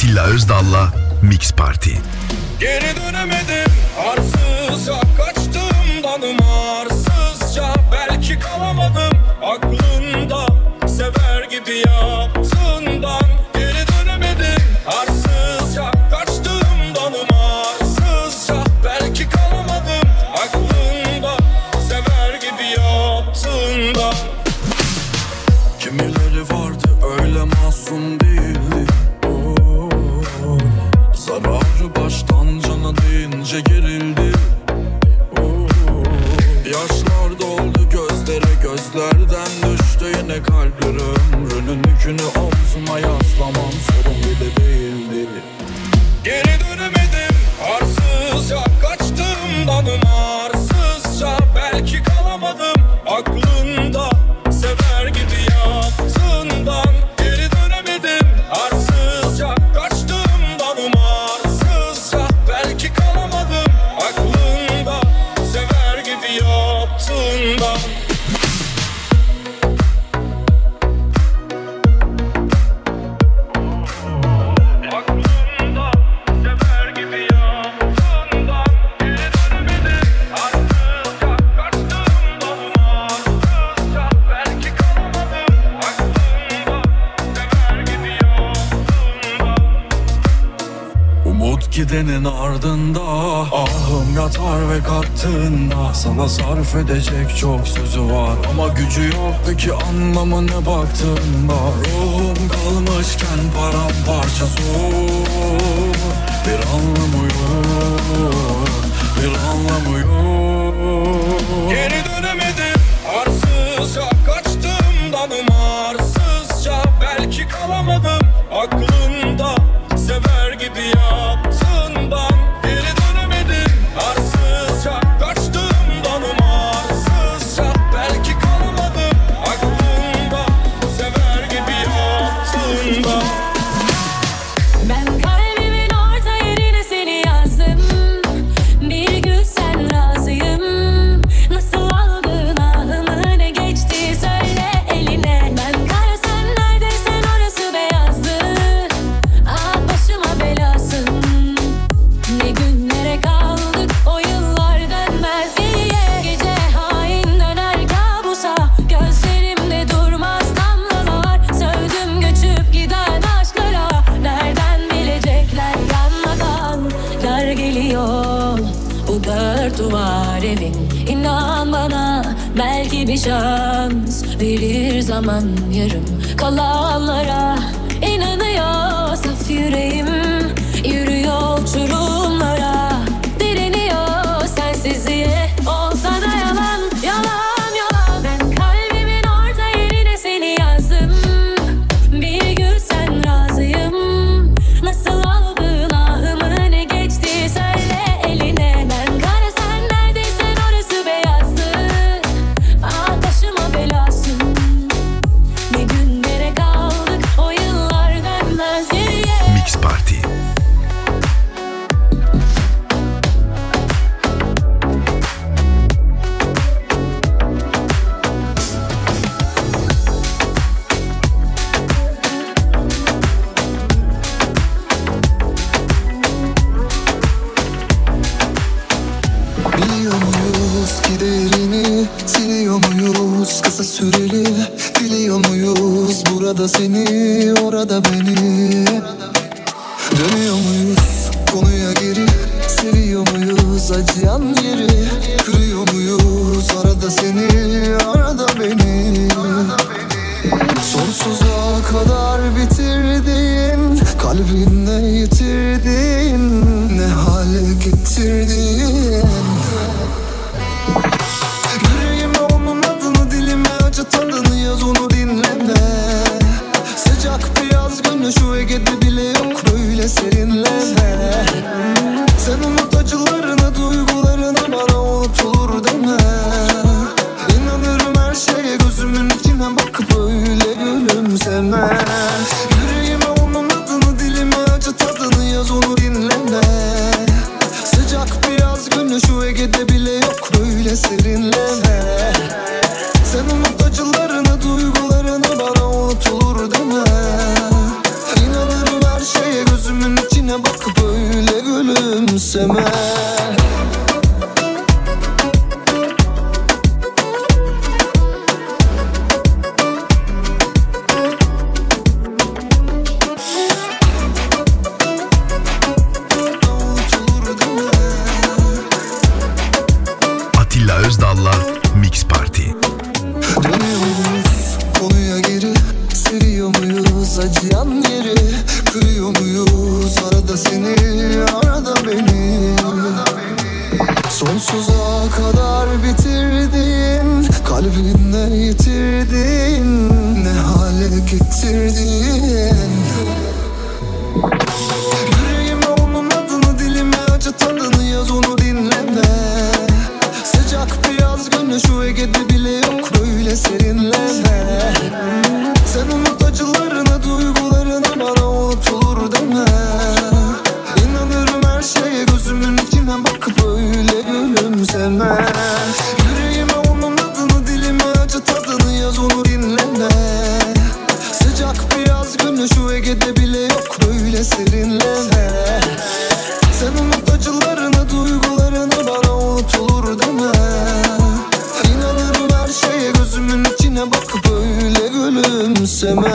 Atilla Özdal'la Mix Party. Geri dönemedim arsızca, kaçtığımdan umarsızca. Belki kalamadım aklında, sever gibi yaptığından. Geri dönemedim arsızca, kaçtığımdan umarsızca. Belki kalamadım aklında, sever gibi yaptığından. Kimileri vardı öyle masum değildi. Zararı baştan cana deyince gerildi. Yaşlar doldu gözlere, gözlerden düştü yine kalpleri. Ömrünün yükünü omzuma yaslamam sorun bile değildi. Geri dönemedim arsızca, kaçtığımdan umarsızca. Belki kalamadım aklında, sever gibi yaptığından. Geri dönemedim arsızca, kaçtığımdan umarsızca. Belki kalamadım aklında, sever gibi yaptığından. Gidenin ardında ahım yatar ve kattığında. Sana sarf edecek çok sözü var ama gücü yok, peki anlamı ne baktığında. Ruhum kalmışken paramparça zor. Bir anlamı yok, bir anlamı yok. Geri dönemedim arsızca, kaçtığımdan umarsızca. Belki kalamadım aklında, sever gibi yaptığından. Geri dönemedim arsızca, kaçtığımdan umarsızca. Belki kalamadım aklında, sever gibi yaptığından. Ben kalbimin orta yerine seni yazdım. Bir gün sen razıyım. Nasıl aldın ahımı, ne geçti söyle eline. Ben kara sen neredeysen orası beyazdı. Ah başıma belasın. Ne günlere kaldık, o yıllar dönmez geriye. Gece hain döner kabusa, gözlerimde durmaz damlalar. Sövdüm göçüp giden aşklara, nereden bilecekler yanmadan. Dar geliyor bu dört duvar evin. İnan bana belki bir şans verir zaman yarım. Kalanlara inanıyor saf yüreğim. Yürüyor uçurumlara, direniyor sensizliğe. Olsa da yalan, yalan, yalan. Ben kalbimin orta yerine seni yazdım. Bir gün sen razıyım. Nasıl aldın ahımı, ne geçti söyle eline. Ben kara sen neredeysen orası beyazdı. Ah başıma belasın. Ne günlere kaldık, o yıllar dönmez geriye. Mix Party. Biliyor muyuz giderini, siliyor muyuz kısa süreli? Biliyor muyuz burada seni, orada beni? Dönüyor muyuz konuya geri, seviyor muyuz acıyan yeri? Kırıyor muyuz arada seni, arada beni? Sonsuza kadar bitirdin, kalbinde yitirdin, ne hale getirdin. Yüreğime onun adını, dilime acı tadını yaz, onu dinleme. Sıcak bir yaz günü şu Ege'de bile yok böyle serinleme. Sen unut acılarını, duygularını, bana unutulur deme. İnanırım her şeye, gözümün içine bakıp öyle gülümseme. Yüreğime onun adını, dilime acı tadını yaz, onu dinleme. Sıcak bir yaz günü şu Ege'de bile yok böyle serinleme. Sen unut acılarını, duygularını, bana unutulur deme. İnanırım her şeye, gözümün gülümseme. Atilla Özdal'la Mix Party. Dönüyoruz konuya geri, seviyor muyuz acıyan yeri, kırıyor muyuz arada seni, arada beni. Sonsuza kadar bitirdin, kalbinle yitirdin, ne hale getirdin. Yüreğime onun adını, dilime acı tadını yaz, onu dinleme. Sıcak bir yaz günü şu Ege'de bile yok böyle serinleme. Sen unut acılarını, duygularını, bana unutulur deme. İnanırım her şeye, gözümün içine bakıp öyle gülümseme. Yüreğime onun adını, dilime acı tadını yaz, onu dinleme. Sıcak bir yaz günü şu Ege'de bile yok böyle serinleme. Sen unut acılarını, duygularını, bana unutulur deme. İnanırım her şeye, gözümün içine bakıp öyle gülümseme.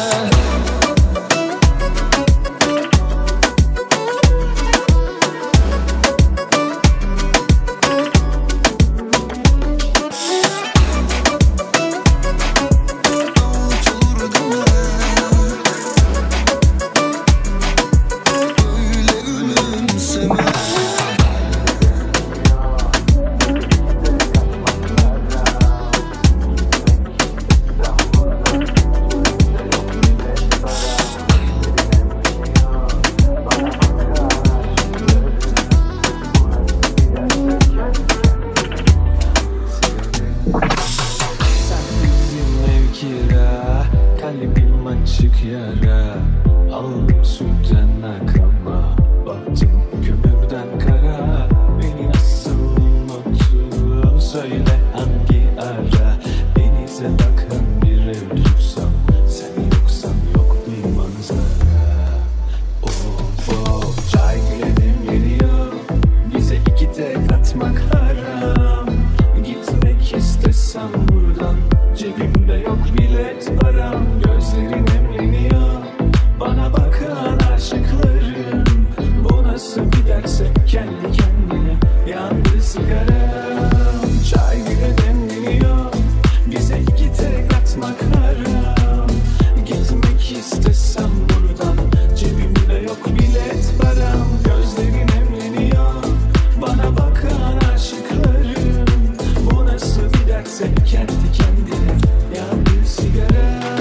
Kalbim açık yara, aldım sütten akama, baktım kömürden kara. Beni nasıl unuttun, söyle hangi ara. Denize bakan bir ev tutsam, sen yoksan yok bir manzara. Of of, çay gülenim geliyor, bize iki tek atmak haram. Gitmek istesem buradan, cebimde yok bilet param. Gözlerin emleniyor, bana bakan aşıklarım. Bu nasıl bir derse kendi kendine, yandı sigaram. Çay bile demleniyor, bize iki tek atmak haram. Gitmek istesem buradan, cebimde yok bilet param. Gözlerin emleniyor, bana bakan aşıklarım. Bu nasıl bir derse kendi kendine, yandı sigaram.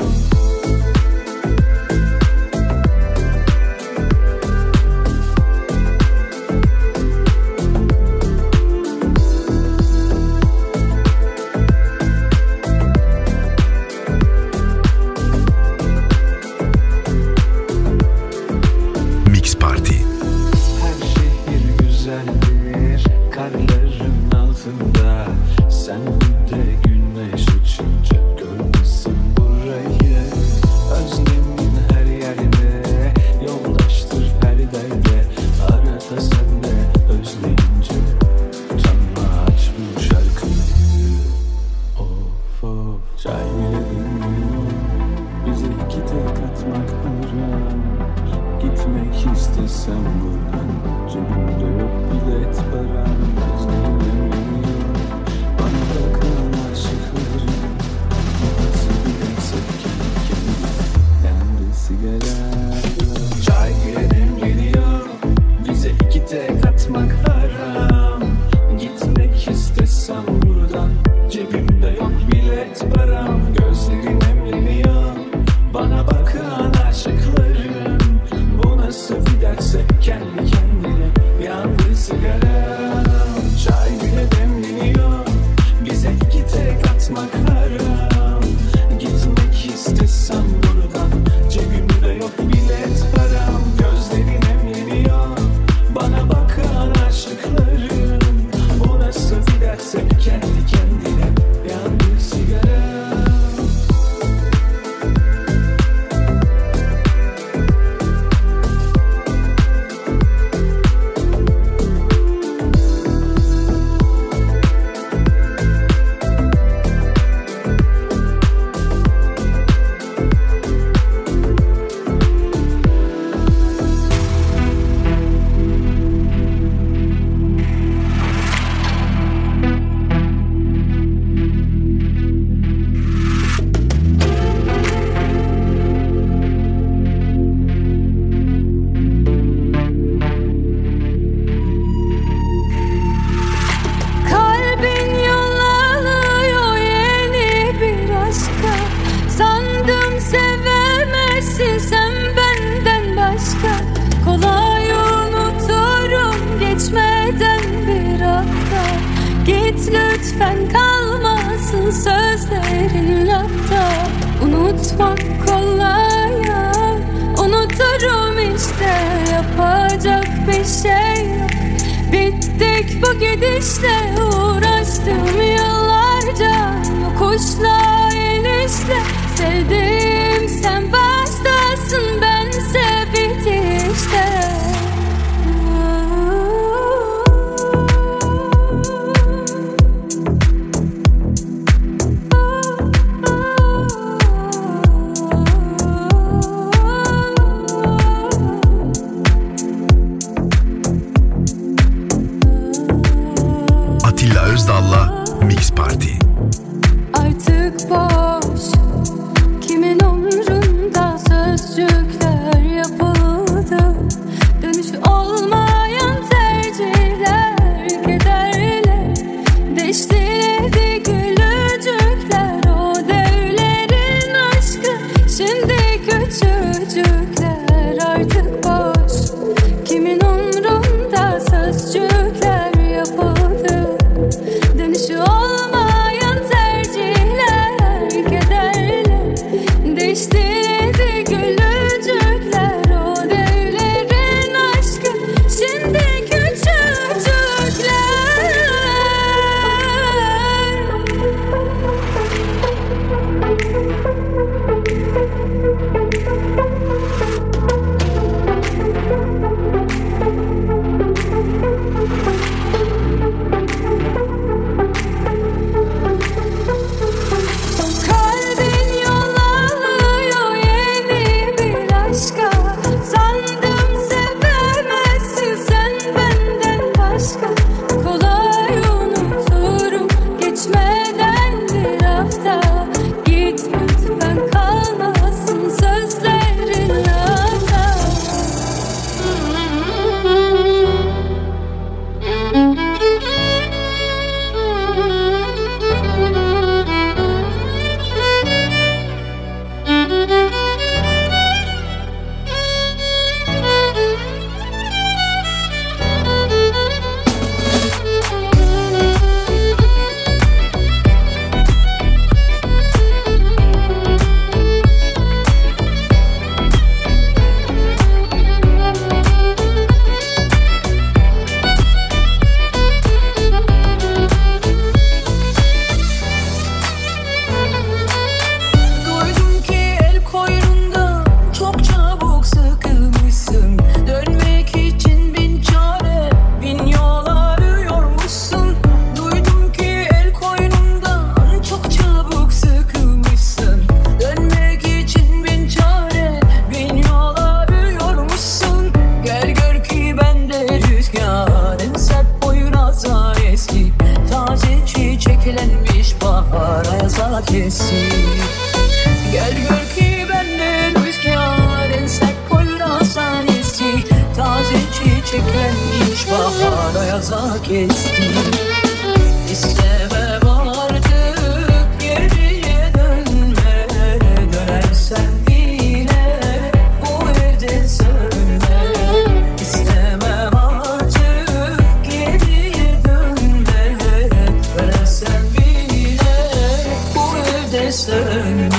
Mix Party. Her şehir güzeldir karların altında. Sen de güneş açınca görmesin burayı. Özlemin her yerde, yoldaştır her derde. Arada sen de özleyince, utanma aç bu şarkıyı. Of of, çay bile dinliyor, bize iki tek atmak haram. Gitmek istesem buradan, cebimde yok bilet param. Gözlerim emleniyor, bana bakan aşıklarım. Nasıl bir eksik kendi kendine, yandı sigaram. Çay gülenim geliyor, bize iki tek atmak haram. Gitmek istesem buradan, cebimde yok bilet param. Gözlerim emleniyor, bana bakan aşıklarım. Bu nasıl bir derse kendi kendine, yandı sigaram. Çay bile unuturum işte. Yapacak bir şey yok. Bittik bu gidişle. Uğraştım yıllarca yokuşla inişle. Sevdim sen baştasın, bense bitişte. Atilla Özdal'la Mix Party. Artık boş, kimin umrunda sözcükler yapıldı. Dönüşü olmayan tercihler kederle değiştirildi gülücükler. O devlerin aşkı şimdi küçücükler. Artık boş, kimin umrunda sözcükler yapıldı. Dönüşü olmayan tercihler kederle değiştirildi gülücükler. O devlerin aşkı şimdi küçücükler. Kalbin yol alıyor yeni bir aşka. Sandım sevemezsin sen benden başka. Kolay unuturum geçmeden bir hafta. Git lütfen, kalmasın sözlerin lafta. Duydum ki el koynunda çok çabuk sıkılmışsın. Dönmek için bin çare, bin yol arıyormuşsun. Duydum ki el koynunda çok çabuk sıkılmışsın. Dönmek için bin çare, bin yol arıyormuşsun. Gel gör ki bende rüzgarın sert poyrazlar eski. Taze çiçeklenmiş bahar ayaza kesti. Gel gör ki bende rüzgarın sert poyrazlar esti. Taze çiçeklenmiş bahar ayaza kesti. İstemem artık geriye dönme. Dönersen bile bu evde sönme. İstemem artık geriye dönme. Dönersen bile bu evde sönme.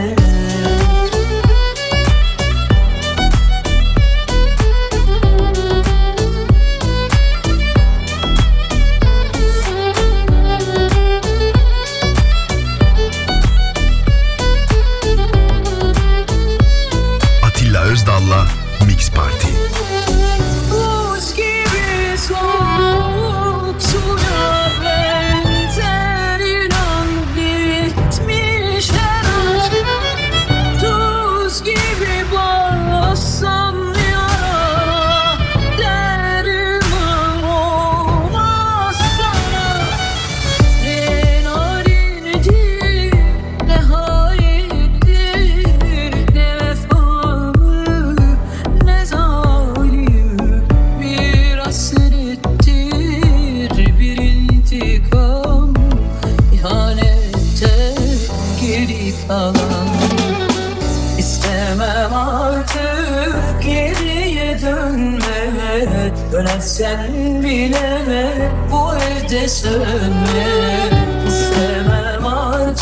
Atilla Özdal'la Mix Party. Buz gibi soğuk suya benzer inan bitmiş her aşk. Tuz gibi bassam yara, derman olmaz sana. Ne narindir, ne haindir, ne vefalı, ne zalim. Bir hasrettir, bir intikam, ihanette geri kalan. İstemem artık geriye dönme. Dönersen bile bu evde sönme. İstemem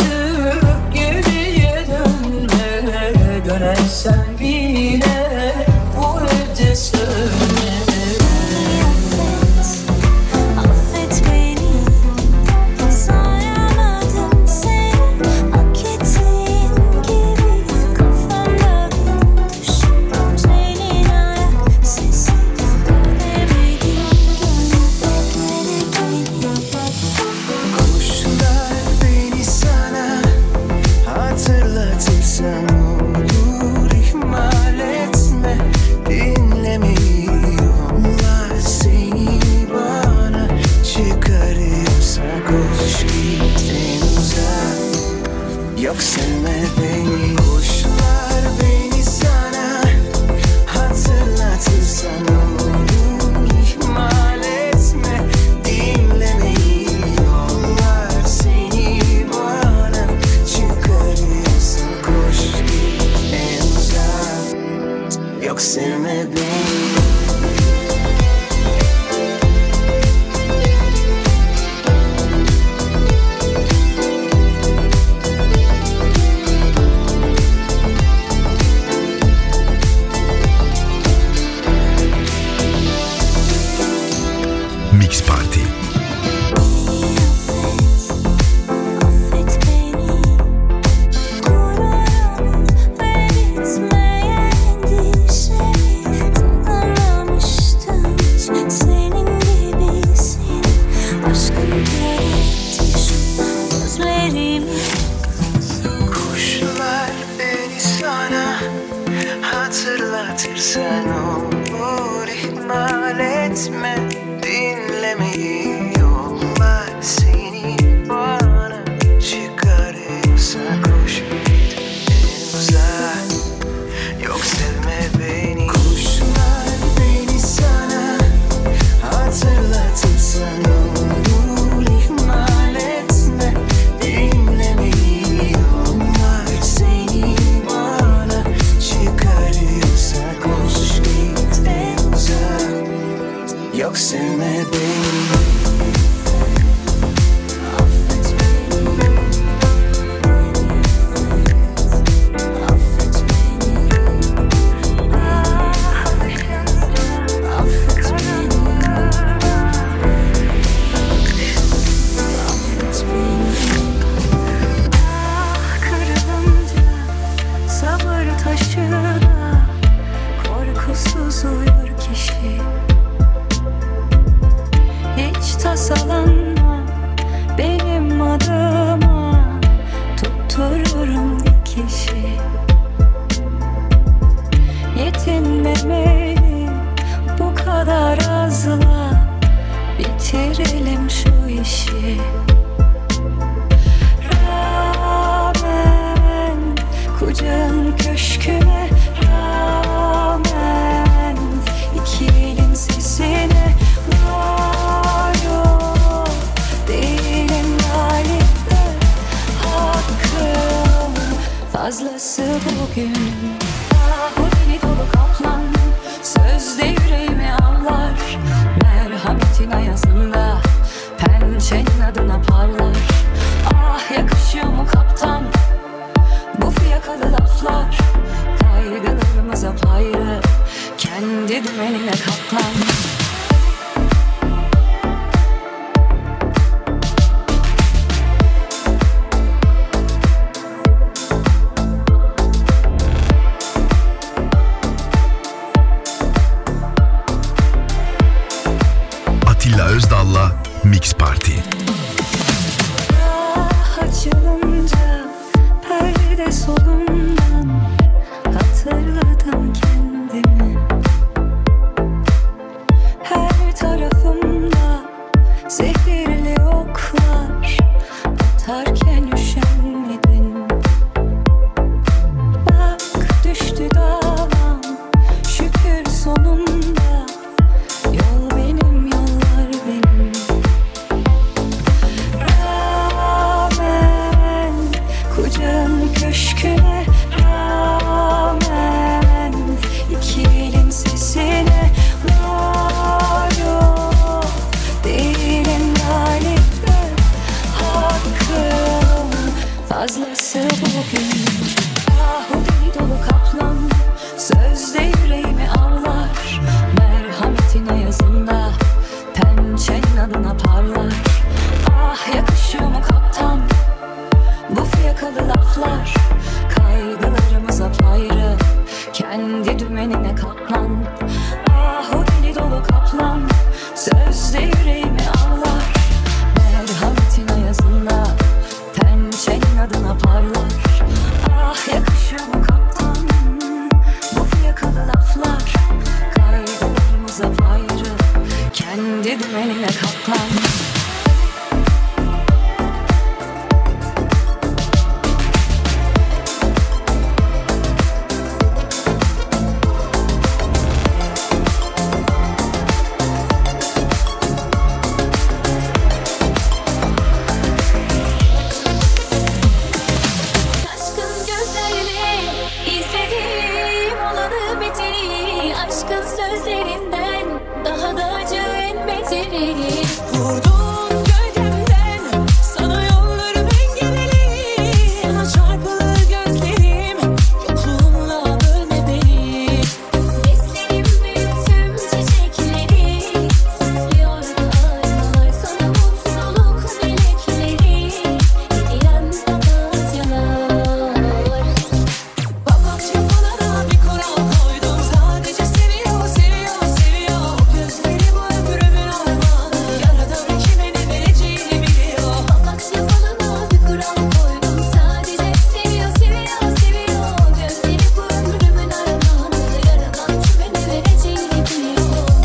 artık geriye dönme. Dönersen bile de sönme. Affet beni, sayamadım seni. Hak ettiğin gibi kafamda bin düşündüm. Senin ayak sesi demedim, Kuşlar beni sana hatırlatırsan olur, ihmal etme, dinlemeyi. Onlar seni bana çıkarıyorsa koş git en uzak. Yok sevme beni. Kuşlar beni sana hatırlatırsan olur, ihmal etme, dinlemeyi. Onlar seni bana çıkarıyorsa koş git en uzak. Yok sevme beni. Mix Party. affet beni. Uğrayan ve bitmeyen endişemi tanımamıştım hiç senin gibisin. Aşkın öğretişim gözlerimi. Kuşlar beni sana hatırlatırsan olur, ihmal etme, dinlemeyi. Yollar seni bana çıkarıyorsa koş git en uzak. Yok sevme beni. Kuşlar beni sana hatırlatırsan olur, ihmal etme, dinlemeyi. Onlar seni bana çıkarıyorsa koş git en uzak. Yok sevme beni. Affet beni. Affet beni. Affet beni. Affet beni. Kırılınca sabır taşına korkusuz uyur kişi. Hiç tasalanma benim adıma, tuttururum dikişi. Yetinmemeli bu kadar azla, bitirelim şu işi. Rağmen kucağın köşküne, rağmen iki elin sesine, varım değilim galipte, hakkım fazlası bugün. Bu deli dolu kaplan sözde yüreğimi avlar, merhametin ayazında pençenin adına parlar. Ah yakışıyor mu kaptan bu fiyakalı laflar, kaygılarımız apayrı, kendi dümenine katlan. Atilla Özdal'la Mix Party. Ah açılınca perde solumdan hatırladım kendimi. Her tarafımda zehirli oklar atarken üşenmedin. Bak düştü davam şükür sonunda, yol benim yollar benim. kaplan. Ah o deli dolu kaplan, sözde yüreğimi ağlar. Merhametin ayazında pençenin adına parlar. Ah yakışır bu kaptan, bu fiyakalı laflar. Kaygılarımız apayrı, kendi dümenine kaplan. Vurdun gölgemden, sana yollarım engelli. Sana çarpılır gözlerim, yokluğunla bölme beni. Beslerim büyüttüm çiçekleri, süslüyor aynalar sana mutluluk melekleri. Gidilen papatyalar. Papatya falana bir kural koydum, sadece seviyor, seviyor, seviyor. Gözleri bu ömrümün armağanı, yaradan kime ne vereceğini biliyor. Papatya falana bir kural koydum, sadece seviyor, seviyor, seviyor. Gözleri bu ömrümün armağanı, yaradan kime ne vereceğini biliyor.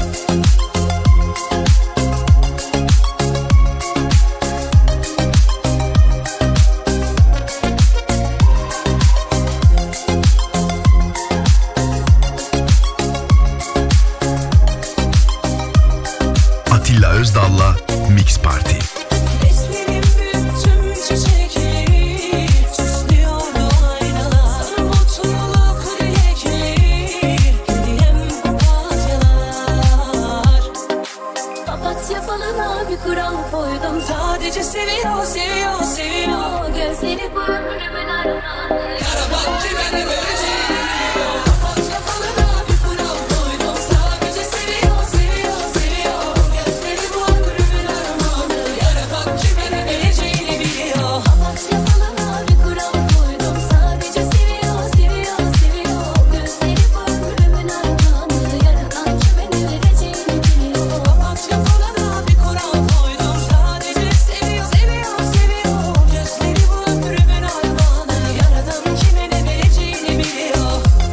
Atilla Özdal'la Mix Party. Beslerim büyüttüm çiçekleri, süslüyordu aynalar. Sana mutluluk dilekleri, hediyem papatyalar. Papatya falına bir kural koydum, sadece seviyor, seviyor, seviyor. Gözleri bu ömrümün armağanı, yaradan kime ne vereceğini biliyor. Papatya falına bir kural koydum, sadece seviyor, seviyor, seviyor. Gözleri bu ömrümün armağanı, yaradan kime ne vereceğini biliyor. Papatya falına bir kural koydum, sadece seviyor, seviyor, seviyor. Gözleri bu ömrümün armağanı, yaradan kime ne vereceğini biliyor. Papatya falına bir kural koydum, sadece seviyor, seviyor, seviyor. Gözleri bu ömrümün armağanı, yaradan kime ne vereceğini biliyor.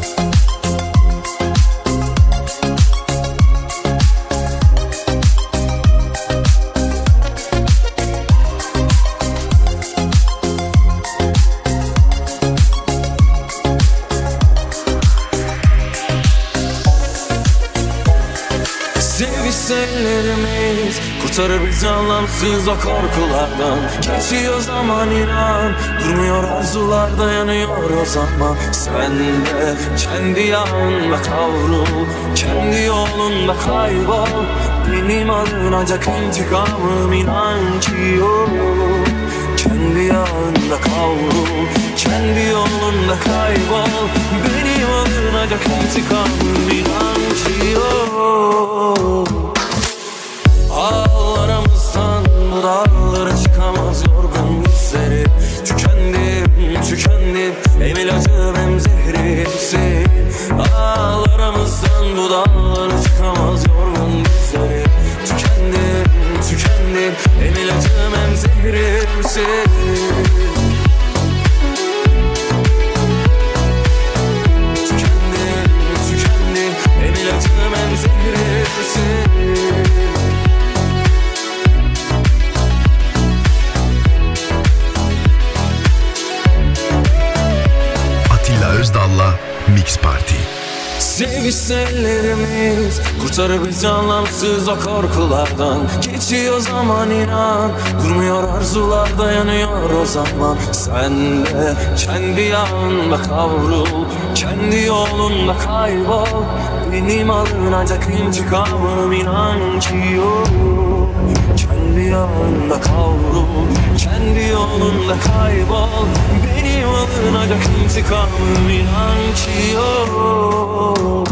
Sevişsellerimiz kurtarır bizi anlamsız o korkulardan. Geçiyor zaman inan, durmuyor arzular, dayanıyor o zaman. Sen de kendi yağınla kavrul, kendi yolunda kaybol. Benim alınacak intikamım inan ki yok. Kendi yağında kavrul, kendi yolunda kaybol. Benim alınacak intikamım inan ki yok. Ağlarımızdan bu dağlara çıkamaz yorgun bizleri. Tükendim, tükendim, hem ilacım hem zehrimsin. Ağlarımızdan bu dağlara çıkamaz yorgun bizleri. Tükendim, tükendim, hem ilacım hem zehrimsin. Tükendim, tükendim, hem ilacım hem zehrimsin. Atilla Özdal'la Mix Party. Sevişsellerimiz kurtarır bizi anlamsız o korkulardan. Geçiyor zaman inan, durmuyor arzular, dayanıyor o zaman. Sen de kendi yağında kavrul, kendi yolunda kaybol. Benim alınacak intikamım inan ki yok. Kendi yağında kavrul, kendi yolunda kaybol. Benim alınacak intikamım inan ki yok.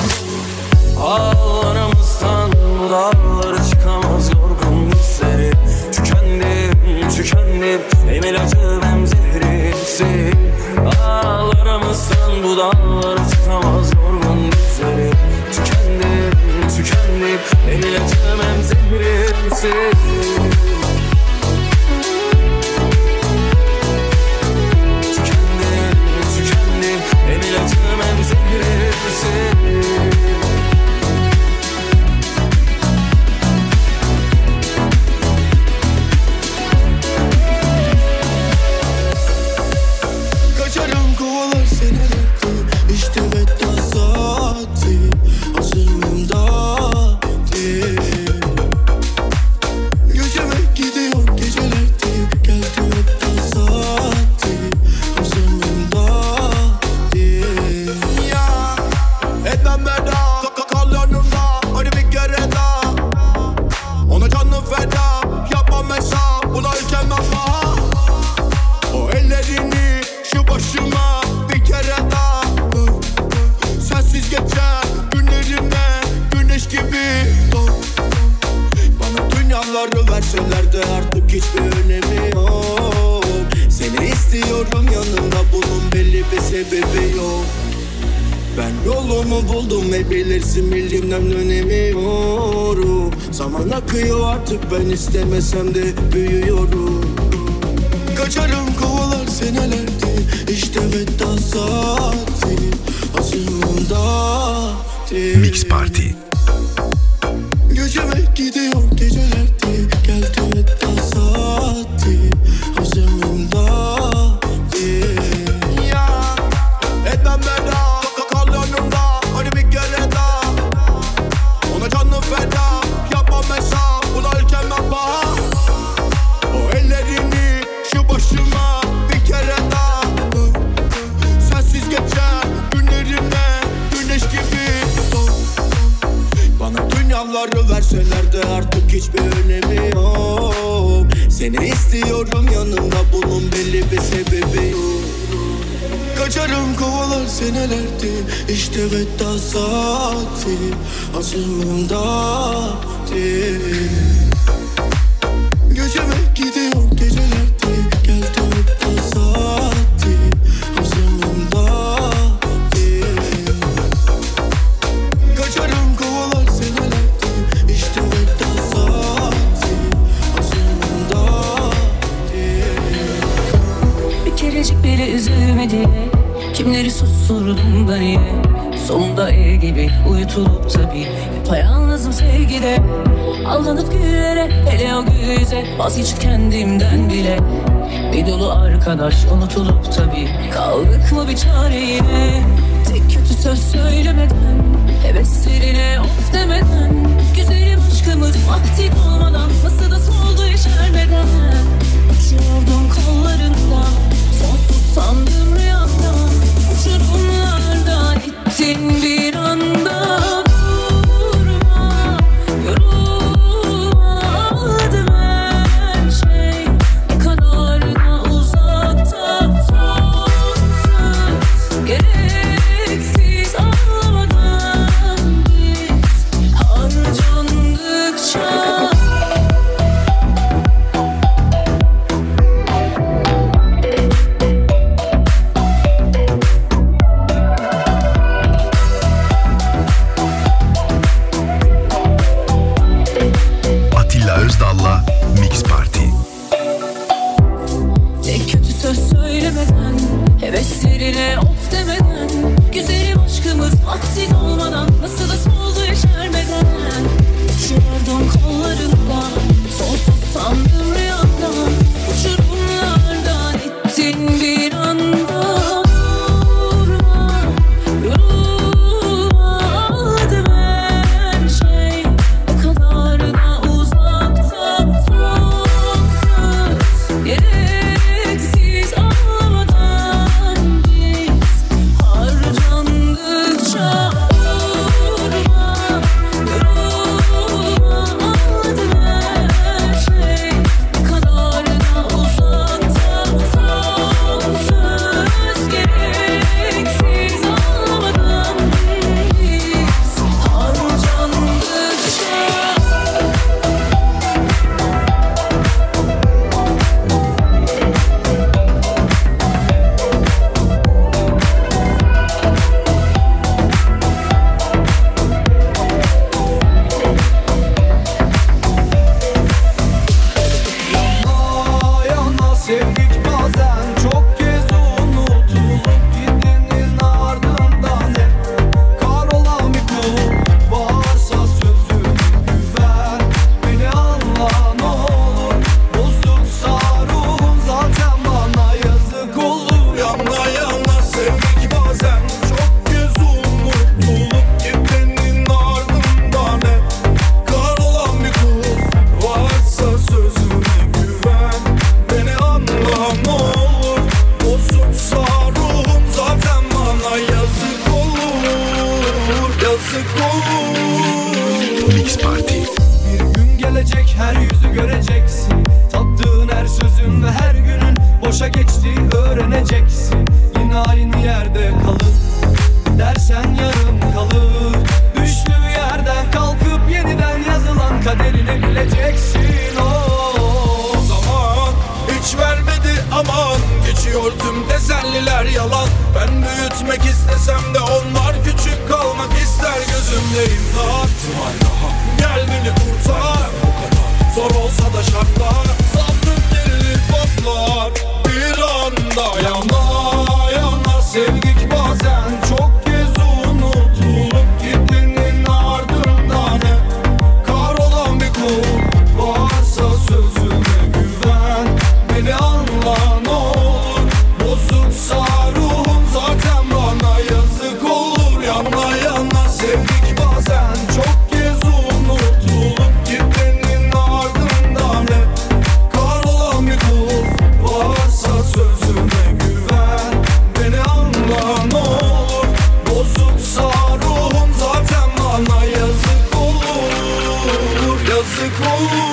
Ağlarımızdan bu dağlara çıkamaz yorgun bizleri. Tükendim, tükendim, hem ilacım hem zehrimsin. Ağlarımızdan bu dağlara çıkamaz yorgun bizleri. Dünyamları verseler de artık hiçbir önemi yok. Seni istiyorum yanımda, bunun belli bir sebebi yok. Ben yolumu buldum ve bilirsin bildiğimden dönemiyorum. Zaman akıyor artık, ben istemesem de büyüyorum. Kaçarım kovalar senelerdi, işte veda saati hazırlığımda. Mix Party. Göçeme gidiyor gecelerdi, geldi veda saati hazırlığımda. Ya etmem veda, kal yanımda, hani bir kere daha. Ona canım feda, yapmam hesap, buna ülkemden paha. O ellerini şu başıma bir kere daha. Sensiz geçer günlerimde güneş gibi. Bana dünyaları verseler de artık hiçbir önemi yok. Seni istiyorum yanımda, bunun belli bir sebebi yok. Kaçarım kovalar senelerdi, işte veda saati hazırlığımda. Göçeme gidiyor gecelerdi, geldi veda saati hazırlığımda. Kaçarım kovalar senelerdi, işte veda saati hazırlığımda. Bir kerecik bile üzülmedi, kimleri susturdum da niye? Sonunda gibi uyutulup tabi yapayalnızım sevgide. Aldanıp güllere, hele o gül yüze, vazgeçip kendimden bile. Bir dolu arkadaş unutulup tabi kaldık mı bir çareye? Tek kötü söz söylemeden, heveslerine of demeden, güzelim aşkımız vakti olmadan, masada soldu yeşermeden. Uçuyordum kollarında, sonsuz sandım rüyamda. Uçurumlardan ittin bir anda. Durma, yorulma, aldım her şey. Ne kadar da uzakta, sonsuz, gereksiz ağlamadan biz harcandıkça. Atilla Özdal'la Mix Party. Tek kötü söz söylemeden, heveslerine of demeden, güzelim aşkımız vakti olmadan, nasıl da soldu yeşermeden. Uçuyordum kollarında, sonsuz sandım rüyamda. Uçurumlardan ittin bir anda. Durma, yorulma, aldım her şey. Ne kadar da uzakta, sonsuz, gereksiz ağlamadan biz harcandıkça. Durma, yorulma, aldım her şey. Ne kadar da uzakta, sonsuz, gereksiz ağlamadan biz harcandıkça. Yana sevdik bazen, çok kez unutulup gidenin ardından hep kahrolan bir kul. Varsa sözüne güven, beni anla ne olur. Bozulsa ruhum zaten bana yazık olur. Yana yana sevdik bazen, çok kez unutulup gidenin ardından hep kahrolan bir kul. Varsa sözüne güven, beni anla ne olur. Bozulsa ruhum zaten bana yazık olur. Yazık olur. Mix Party. Bir gün gelecek, her yüzü göreceksin. Tattığın her sözün ve her günün boşa geçtiği öğreneceksin. Yine aynı yerde kalıp dersen yarım kalır. Düştüğü yerden kalkıp yeniden yazılan kaderine bileceksin. Büyümek istesem de onlar küçük kalmak ister gözümde. İmdat var daha, gel beni kurtar. Bu kadar zor olsa da şartlar, sabrım deli patlar. Bir anda yana yana sevdik bazen. Çok kez unutulup gittiğinin ardından kahrolan bir kul. Varsa sözüme güven, beni anla ne olur. Bozuksa ruhum zaten bana yazık olur. Yana yana sevdik bazen. Çok kez unutulup gitmenin ardından kahrolan bir kul. Varsa sözüme güven, beni anla ne olur. Bozuksa ruhum zaten bana yazık olur. Yazık olur.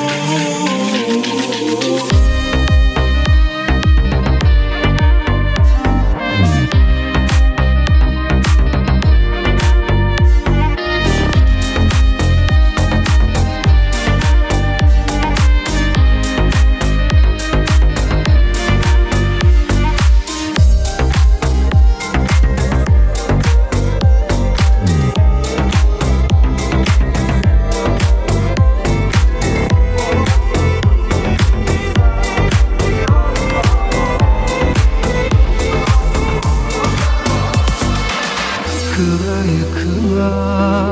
Yıkıla yıkıla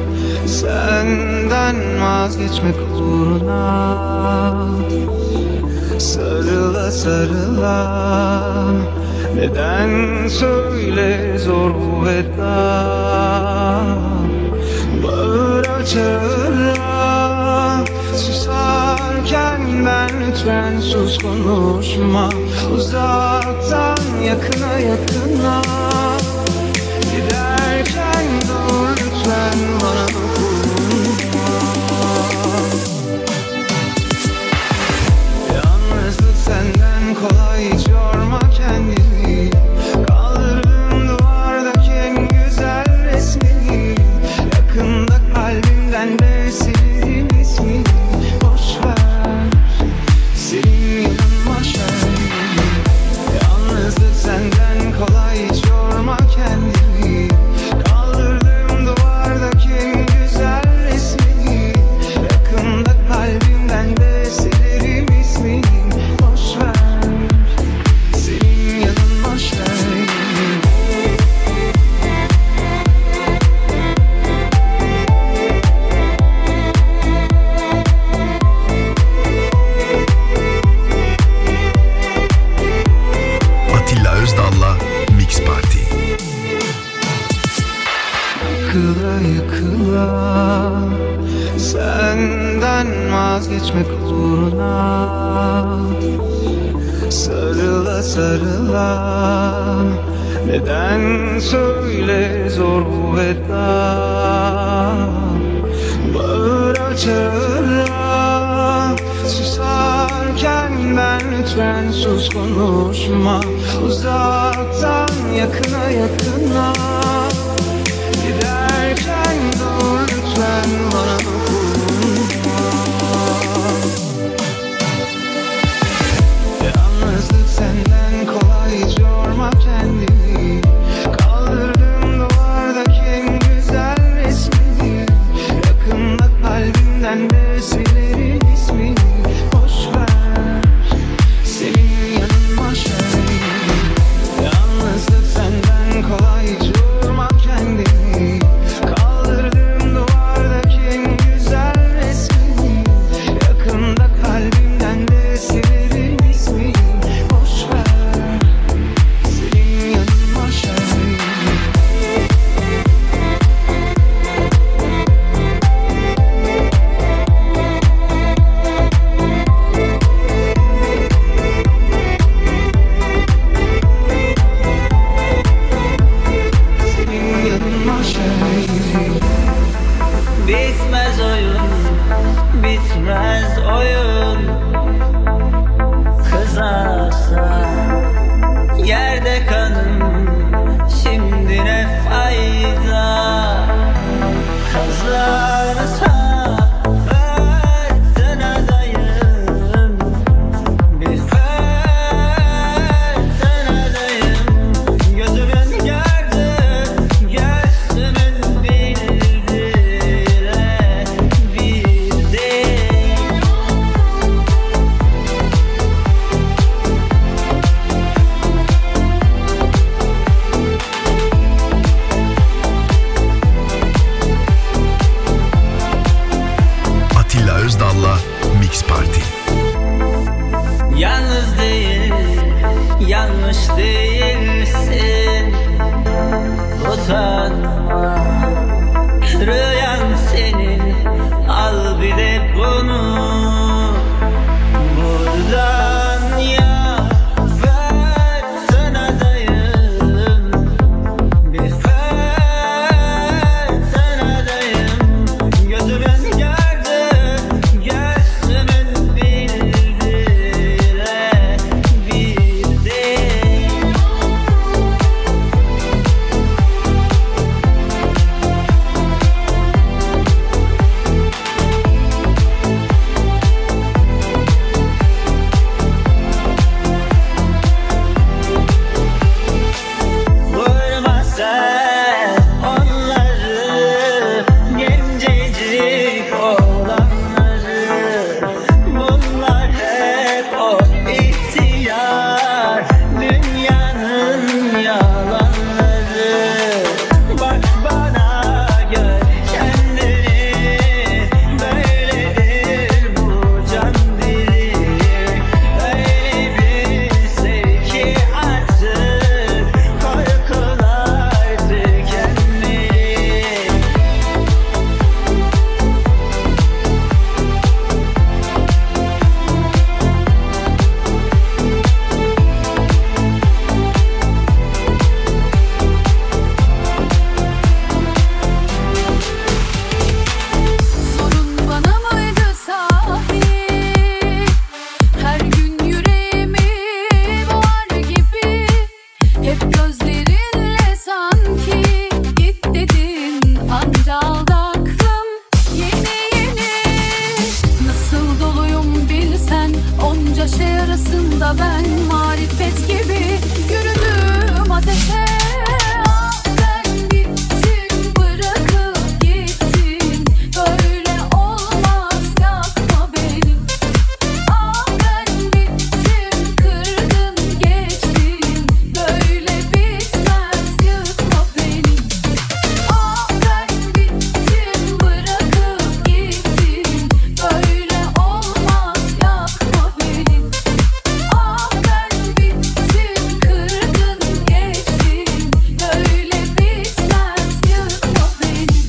senden vazgeçmek uğruna, sarıla sarıla neden söyle zor bu veda. Bağıra çağıra susarken ben lütfen sus konuşma. Uzaktan yakına yakına giderken dur lütfen bana dokunma. Yalnızlık senden kolay, hiç yorma kendini. Kaldırdığım duvardaki en güzel resmini, yakında kalbimden de sildim ismini. Boşver senin yanıma şer. Yalnızlık senden kolay, hiç yorma kendini. Kaldırdığım duvardaki en güzel resmini, yakında kalbimden de silerim ismini. Boşver senin yanıma şer. Atilla Özdal'la Mix Party. Yıkıla yıkıla senden vazgeçmek uğruna, sarıla sarıla neden söyle zor bu veda. Bağıra çağıra susarken ben lütfen sus konuşma. Uzaktan yakına yakına giderken dur lütfen bana dokunma. Yalnızlık senden kolay, hiç yorma kendini. Kaldırdığım duvardaki en güzel resmini, yakında kalbimden de silerim ismini. Boşver senin yanıma şer. Yalnızlık senden kolay, hiç yorma arasında ben marifet gibi yürüdüm ateşe. Ben bittim bırakıp gittin, böyle olmaz yakma beni. Ben bittim kırdın geçtin, böyle bitmez yıkma beni. Ben bittim bırakıp gittin, böyle olmaz yakma beni. Ben bittim kırdın geçtin, böyle bitmez yıkma beni.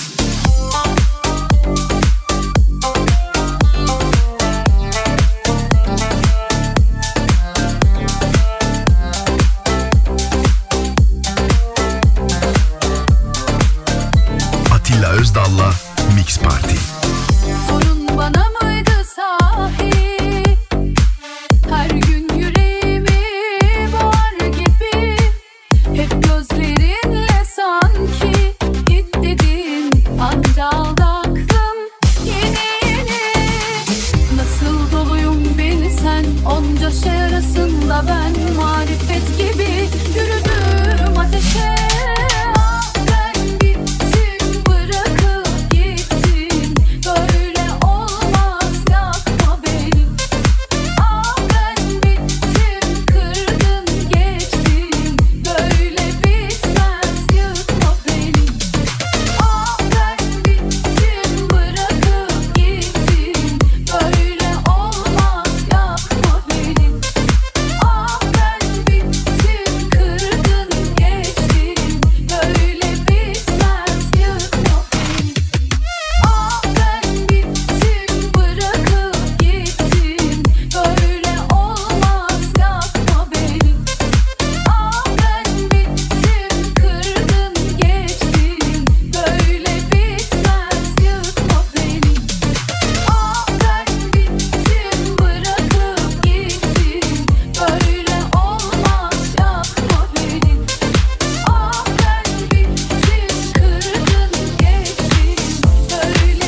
Atilla Özdal'la Mix Party. Sorun bana mıydı sahi? Her gün yüreğimi boğar gibi, hep gözlerinle sanki git dedin, anca aldı aklım yeni yeni. Nasıl doluyum bilsen, onca şey arasında ben marifet gibi yürüdüm ateşe. Ben bittim bırakıp gittin, böyle olmaz yakma beni. Ben bittim kırdın geçtin, böyle bitmez yıkma beni. Ben bittim bırakıp gittin, böyle olmaz yakma beni. Ben bittim kırdın geçtin, böyle bitmez yıkma beni. Ben bittim bırakıp gittin, böyle olmaz yakma beni. Ben bittim kırdın geçtin, böyle bitmez yıkma beni. Ben bittim bırakıp gittin, böyle olmaz yakma beni. Ben bittim kırdın geçtin, böyle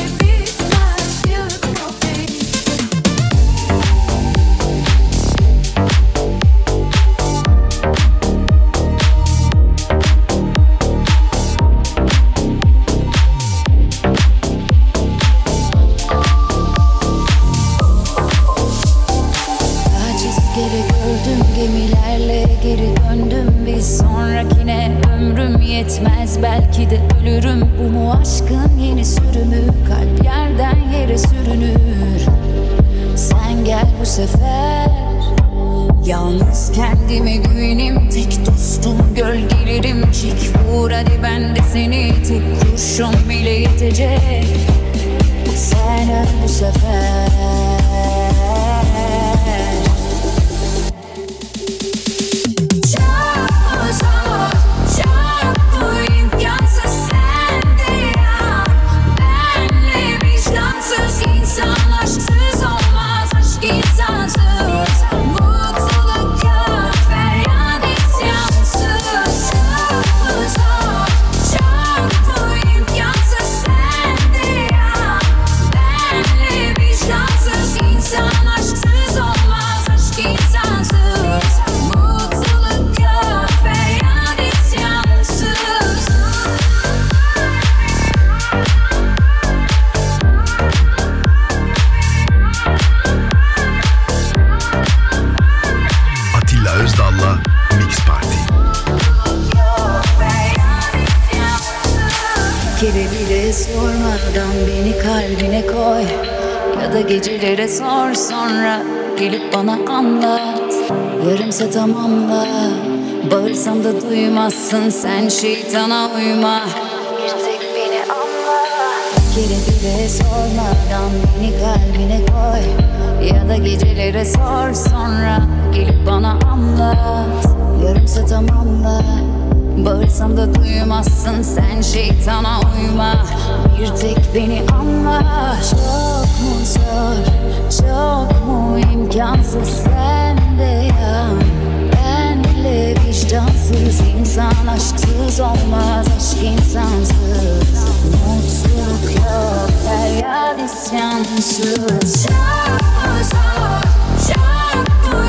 Taciz geri gördüm, gemilerle geri döndüm. Bir sonrakine ömrüm yetmez, belki de ölürüm. Bu mu aşkın yeni sürümü? Kalp yerden yere sürünür. Sen gel bu sefer, yalnız kendime güvenim. Tek dostum gölgelerim. Çek vur hadi, ben de seni. Tek kurşun bile yetecek. Sen öl bu sefer. Çok zor, çok bu imkansız, sen de ya. Benle vicdansız, insan aşksız olmaz, aşk insansız. Mutluluk yok, feryat isyansız. Çok zor, çok bu imkansız, sen de ya. Benle vicdansız, insan aşksız olmaz, aşk insansız. Mutluluk yok, feryat isyansız. Atilla Özdal'la Mix Party. Kere bile sormadan beni kalbine koy, ya da gecelere sor, sonra gelip bana anlat. Yarımsa tamamla, bağırsam da duymazsın, sen şeytana uyma. Bir tek beni anla. Kere bile sormadan beni kalbine koy, ya da gecelere sor, sonra gelip bana anlat. Yarımsa tamamla, bağırsam da duymazsın, sen şeytana uyma. Bir tek beni anla. Çok mu zor, çok mu imkansız, sen de yan. Benle vicdansız, insan aşksız olmaz, aşk insansız. Mutluluk yok, feryat isyansız. Çok zor, çok bu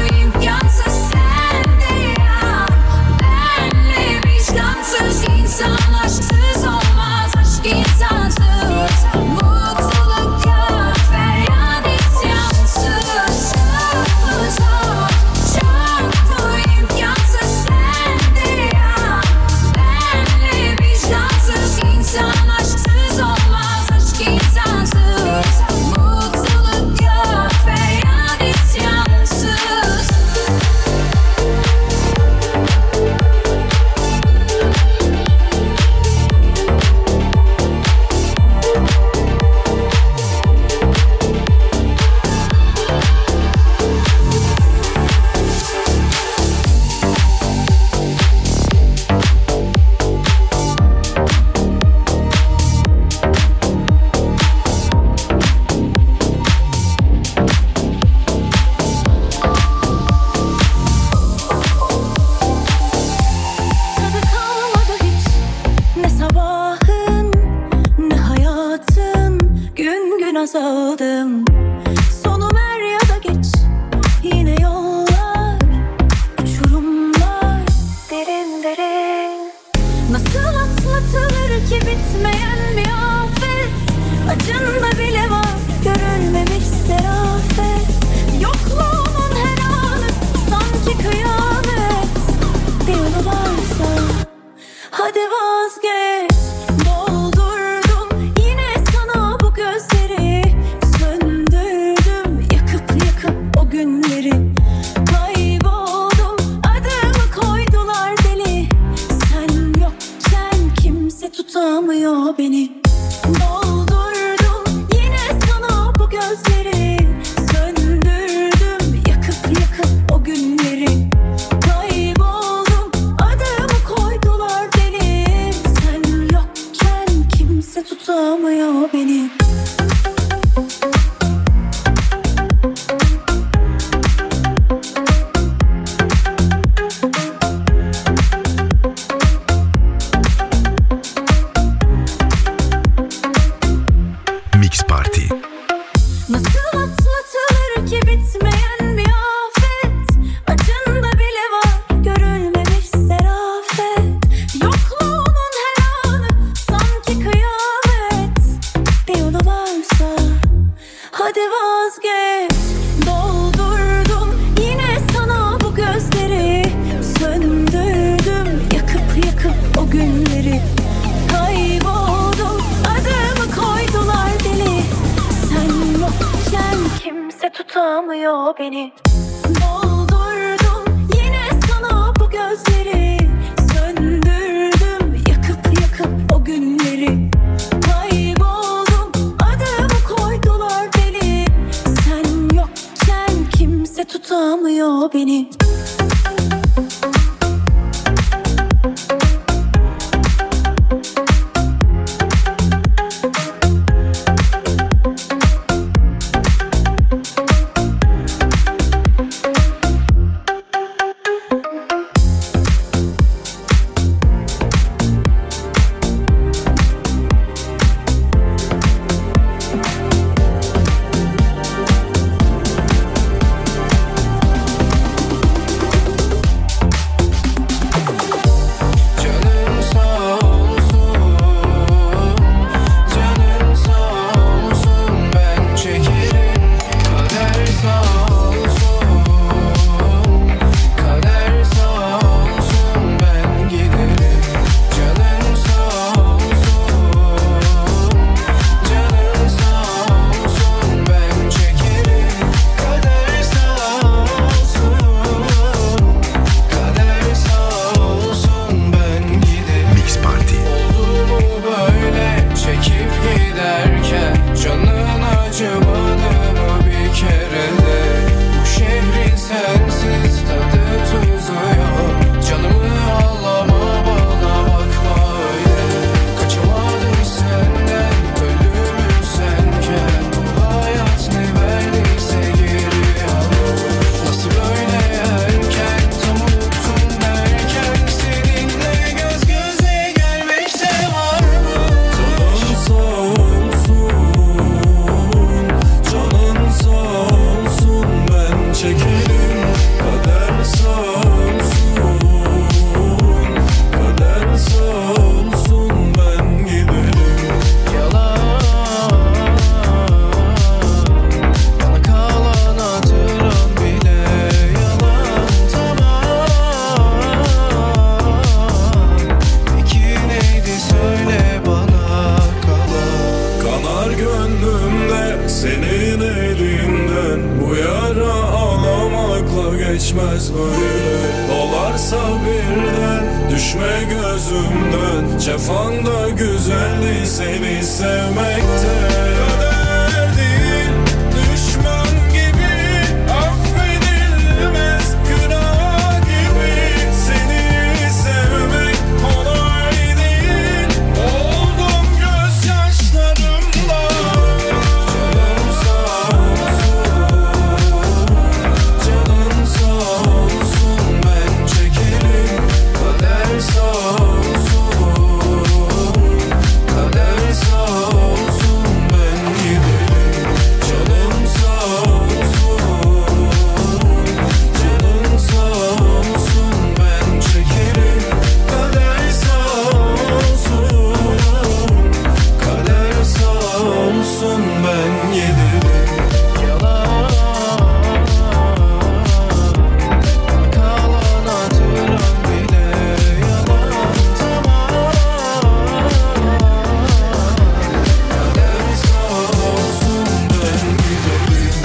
gün gün azaldım. Sonum er ya da geç, yine yollar, uçurumlar derin derin. Nasıl atlatılır ki bitmeyen bir afet? Acında bile var görülmemiş serafet. Yokluğunun her anı sanki kıyamet. Bir yolu varsa hadi vazgeç. Doldurdum yine sana bu gözleri, söndürdüm yakıp yakıp o günleri. Kayboldum, adımı koydular deli. Sen yokken kimse tutamıyor beni. Doldurdum yine sana bu gözleri, söndürdüm yakıp yakıp o günleri. Kayboldum, adımı koydular deli. Sen yokken kimse tutamıyor beni. Mix Party. Nasıl atlatılır ki bitmeyen bir afet? Acında bile var görülmemiş serafet. Yokluğunun her anı sanki kıyamet. Bir yolu varsa hadi vazgeç. Doldurdum yine sana bu gözleri, söndürdüm yakıp yakıp o günleri. Kayboldum, adımı koydular deli. Sen yokken kimse tutamıyor beni. Doldurdum yine sana bu gözleri, söndürdüm yakıp yakıp o günleri. Kayboldum, adımı koydular deli. Sen yokken kimse tutamıyor beni. Canım sağ olsun, canım sağ olsun, ben çekerim. Kader sağ olsun, kader sağ olsun, ben giderim. Canım sağ olsun, canım sağ olsun, ben çekerim. Kader sağ olsun, kader sağ olsun, ben giderim. Mix Party. Oldu mu böyle çekip giderken, canın acımadı mı bir kere de? Bu şehrin sensiz tadı tuzu yok. Canımı ağlama, bana bakma öyle. Kaçamadım senden, ölümüm senken. Bu hayat ne verdiyse geri al. Nasıl böyle erken, tam unuttum derken, seninle göz göze gelmekte var mı? Canın sağ olsun, canın sağ olsun, ben çekerim. Kader sağ olsun, kader sağ olsun, ben giderim. Yalan, bana kalan hatıram bile yalan. Tamam, peki neydi söyle bana kalan. Kanar gönlümde senin elinden, bu yara ağlamakla geçmez böyle. Dolarsa birden düşme gözümden, cefan da güzeldi seni sevmekte. Kader değil, düşman gibi affedilmez, günah gibi seni sevmek kolay değil. Oldum gözyaşlarımda. Canım sağ olsun, canım sağ olsun, ben çekerim. Kader sağ olsun, kader sağ olsun, olsun ben giderim. Yalan kalan hatıram bile yalan. Tamam kaderse olsun ben giderim.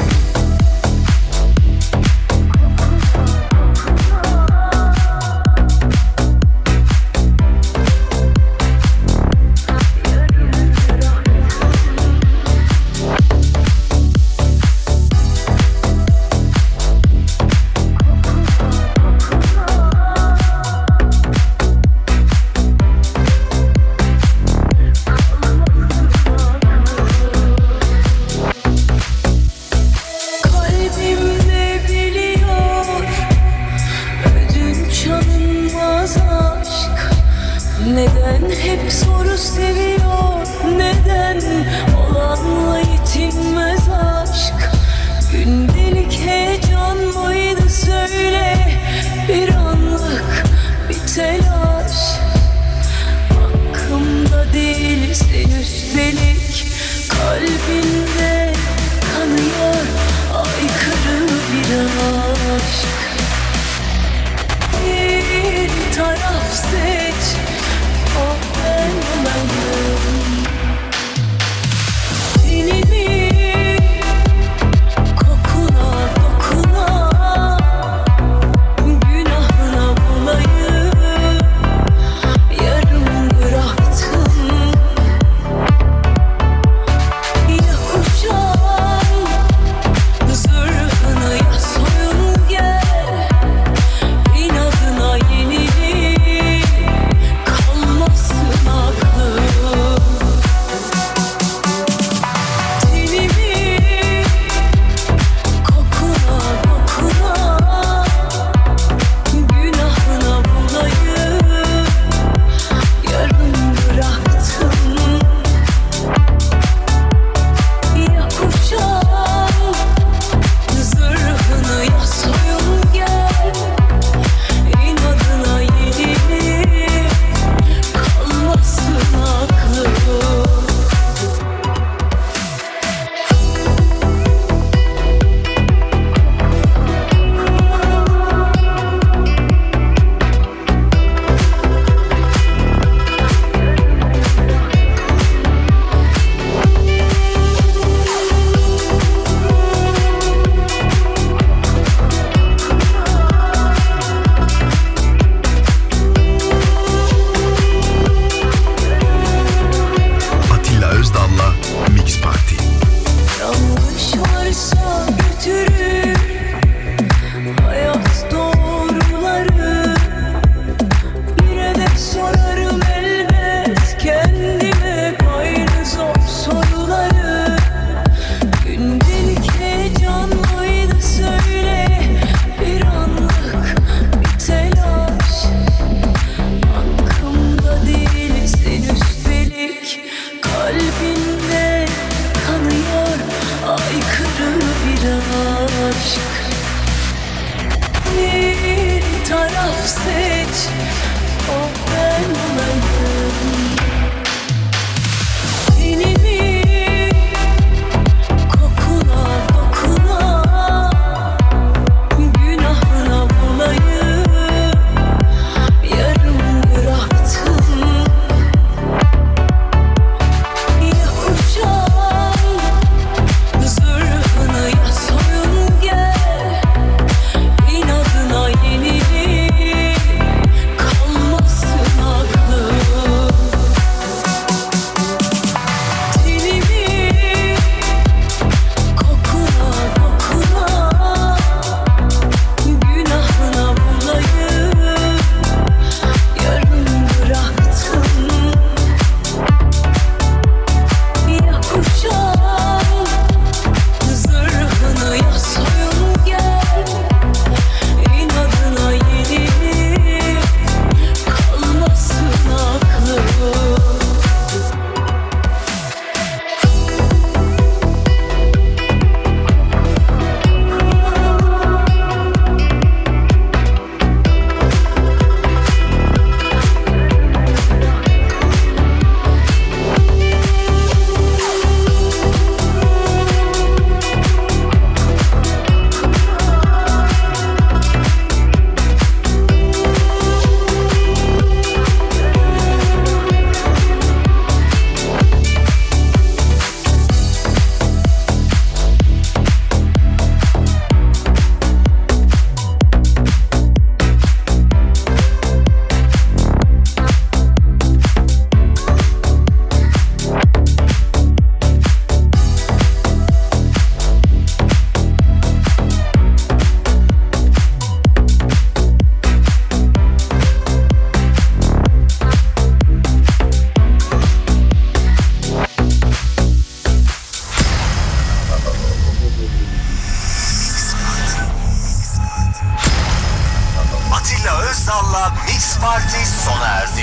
Parti sona erdi.